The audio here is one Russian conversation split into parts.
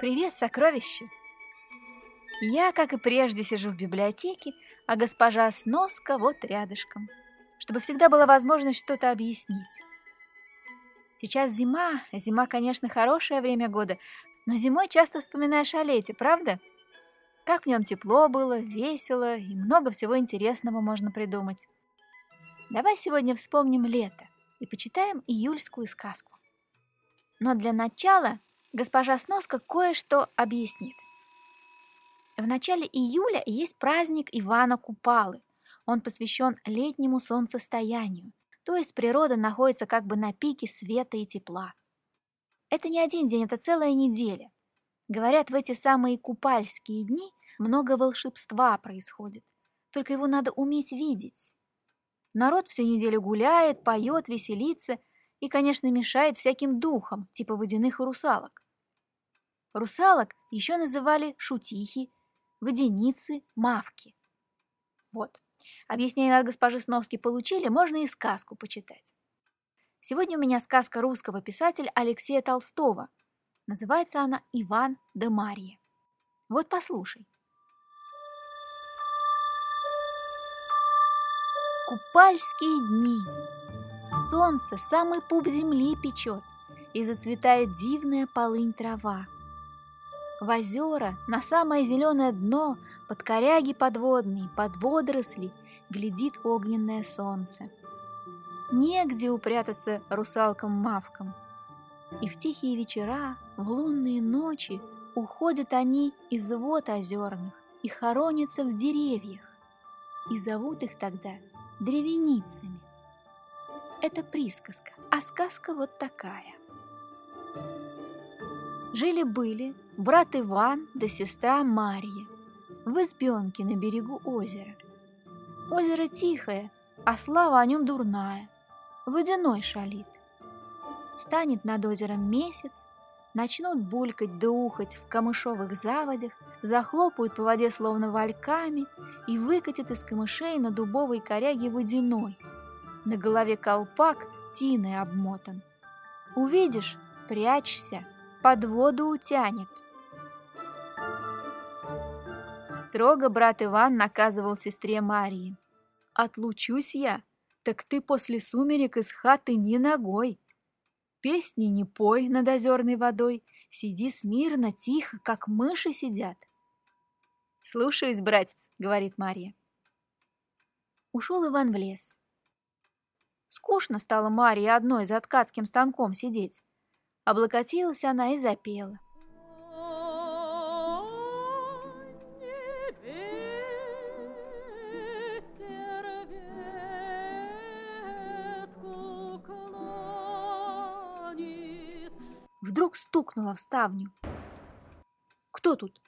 Привет, сокровище! Я, как и прежде, сижу в библиотеке, а госпожа Сноска вот рядышком, чтобы всегда была возможность что-то объяснить. Сейчас зима, зима, конечно, хорошее время года, но зимой часто вспоминаешь о лете, правда? Как в нем тепло было, весело и много всего интересного можно придумать. Давай сегодня вспомним лето и почитаем июльскую сказку. Но для начала госпожа Сноска кое-что объяснит. В начале июля есть праздник Ивана Купалы. Он посвящен летнему солнцестоянию, то есть природа находится как бы на пике света и тепла. Это не один день, это целая неделя. Говорят, в эти самые купальские дни много волшебства происходит, только его надо уметь видеть. Народ всю неделю гуляет, поет, веселится и, конечно, мешает всяким духам, типа водяных и русалок. Русалок еще называли шутихи, водяницы, мавки. Вот. Объяснение от госпожи Сновски получили, можно и сказку почитать. Сегодня у меня сказка русского писателя Алексея Толстого. Называется она «Иван да Марья». Вот послушай. Купальские дни. Солнце самый пуп земли печет, и зацветает дивная полынь трава. В озера, на самое зеленое дно, под коряги подводные, под водоросли, глядит огненное солнце. Негде упрятаться русалкам-мавкам. И в тихие вечера, в лунные ночи уходят они из вод озерных и хоронятся в деревьях. И зовут их тогда древеницами. Это присказка, а сказка вот такая. Жили-были брат Иван да сестра Марья в избенке на берегу озера. Озеро тихое, а слава о нем дурная, водяной шалит. Станет над озером месяц, начнут булькать да ухать в камышовых заводях, захлопают по воде словно вальками и выкатят из камышей на дубовой коряге водяной. На голове колпак тиной обмотан. Увидишь, прячься, под воду утянет. Строго брат Иван наказывал сестре Марии. «Отлучусь я, так ты после сумерек из хаты ни ногой. Песни не пой над озерной водой, сиди смирно, тихо, как мыши сидят». «Слушаюсь, братец», — говорит Марья. Ушел Иван в лес. Скучно стало Марье одной за ткацким станком сидеть. Облокотилась она и запела. Вдруг стукнула в ставню. «Кто тут?»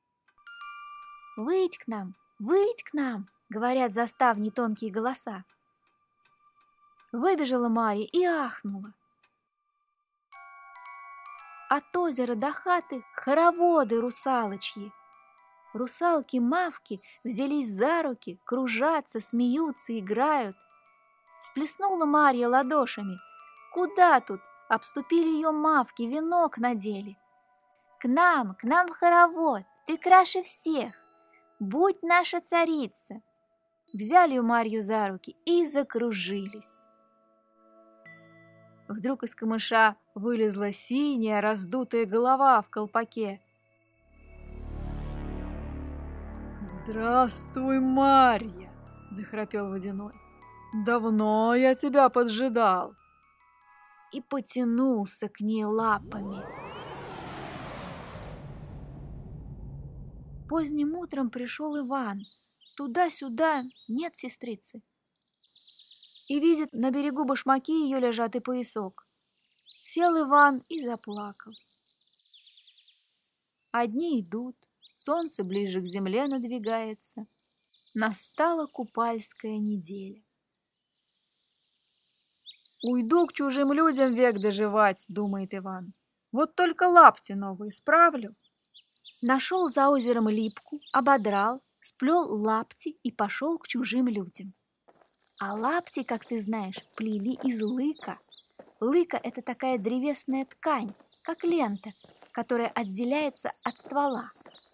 выйдь к нам, говорят за ставней тонкие голоса. Выбежала Марья и ахнула. От озера до хаты хороводы русалочьи. Русалки-мавки взялись за руки, кружатся, смеются, играют. Сплеснула Марья ладошами. Куда тут? Обступили ее мавки, венок надели. К нам в хоровод, ты краше всех. Будь наша царица. Взяли у Марью за руки и закружились. Вдруг из камыша вылезла синяя раздутая голова в колпаке. «Здравствуй, Марья!» — захрапел водяной. «Давно я тебя поджидал!» И потянулся к ней лапами. Поздним утром пришел Иван. Туда-сюда нет сестрицы. И видит, на берегу башмаки ее лежат и поясок. Сел Иван и заплакал. Одни идут, солнце ближе к земле надвигается. Настала купальская неделя. «Уйду к чужим людям век доживать», — думает Иван. «Вот только лапти новые справлю». Нашел за озером липку, ободрал, сплел лапти и пошел к чужим людям. А лапти, как ты знаешь, плели из лыка. Лыка — это такая древесная ткань, как лента, которое отделяется от ствола.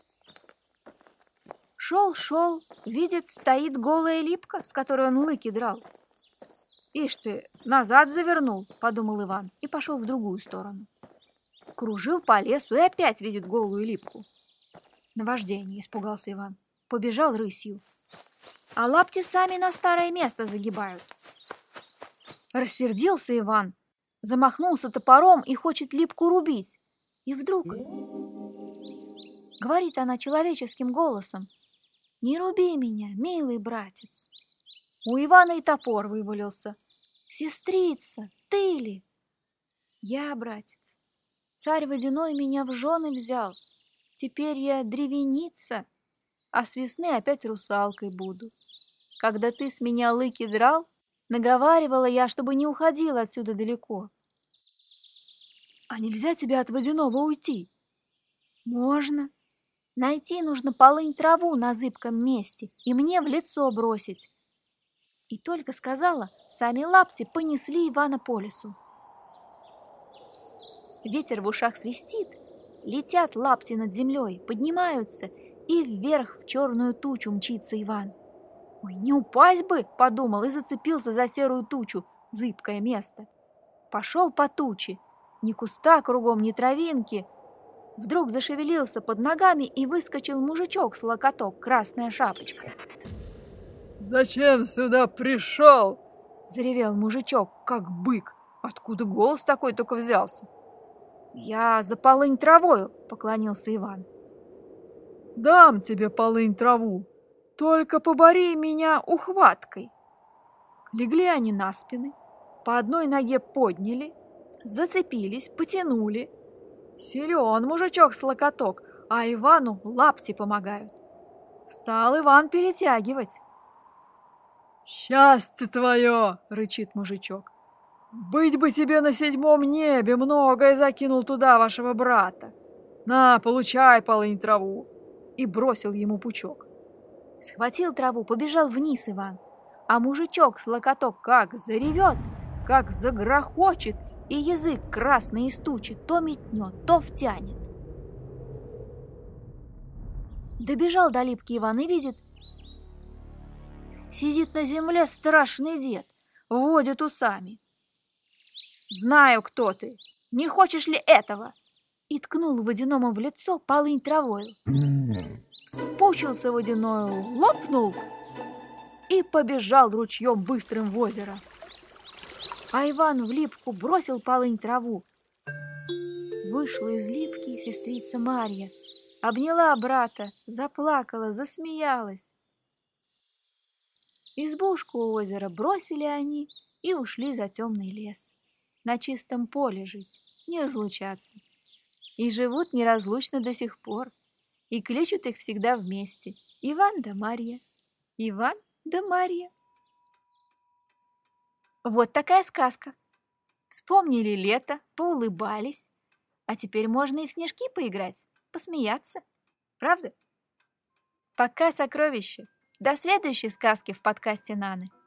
Шел, видит, стоит голая липка, с которой он лыки драл. «Ишь ты, назад завернул», — подумал Иван и пошел в другую сторону. Кружил по лесу и опять видит голую липку. Наваждение, испугался Иван, побежал рысью. А лапти сами на старое место загибают. Рассердился Иван, замахнулся топором и хочет липку рубить. И вдруг говорит она человеческим голосом: «Не руби меня, милый братец». У Ивана и топор вывалился. «Сестрица, ты ли?» «Я, братец. Царь Водяной меня в жены взял. Теперь я древеница, а с весны опять русалкой буду. Когда ты с меня лыки драл, наговаривала я, чтобы не уходил отсюда далеко». «А нельзя тебе от Водяного уйти?» «Можно. Найти нужно полынь траву на зыбком месте и мне в лицо бросить». И только сказала, сами лапти понесли Ивана по лесу. Ветер в ушах свистит, летят лапти над землей, поднимаются, и вверх в черную тучу мчится Иван. «Ой, не упасть бы!» — подумал и зацепился за серую тучу, зыбкое место. Пошел по туче, ни куста кругом, ни травинки. Вдруг зашевелился под ногами и выскочил мужичок с локоток, красная шапочка. «Зачем сюда пришел?» — заревел мужичок, как бык. Откуда голос такой только взялся? «Я за полынь травою», — поклонился Иван. «Дам тебе полынь траву, только побори меня ухваткой». Легли они на спины, по одной ноге подняли, зацепились, потянули. Силен мужичок с локоток, а Ивану лапти помогают. Стал Иван перетягивать. «Счастье твое!» — рычит мужичок. «Быть бы тебе на 7 небе, многое закинул туда вашего брата. На, получай полынь траву!» И бросил ему пучок. Схватил траву, побежал вниз Иван, а мужичок с локоток как заревет, как загрохочет, и язык красный из тучи то метнет, то втянет. Добежал до липки Иван и видит, сидит на земле страшный дед, водит усами. «Знаю, кто ты, не хочешь ли этого?» И ткнул Водяному в лицо полынь травою. Спучился Водяною, лопнул и побежал ручьем быстрым в озеро. А Иван в липку бросил полынь траву. Вышла из липки сестрица Марья, обняла брата, заплакала, засмеялась. Избушку у озера бросили они и ушли за темный лес. На чистом поле жить, не разлучаться. И живут неразлучно до сих пор. И кличут их всегда вместе. Иван да Марья. Иван да Марья. Вот такая сказка. Вспомнили лето, поулыбались. А теперь можно и в снежки поиграть, посмеяться. Правда? Пока, сокровища. До следующей сказки в подкасте Наны.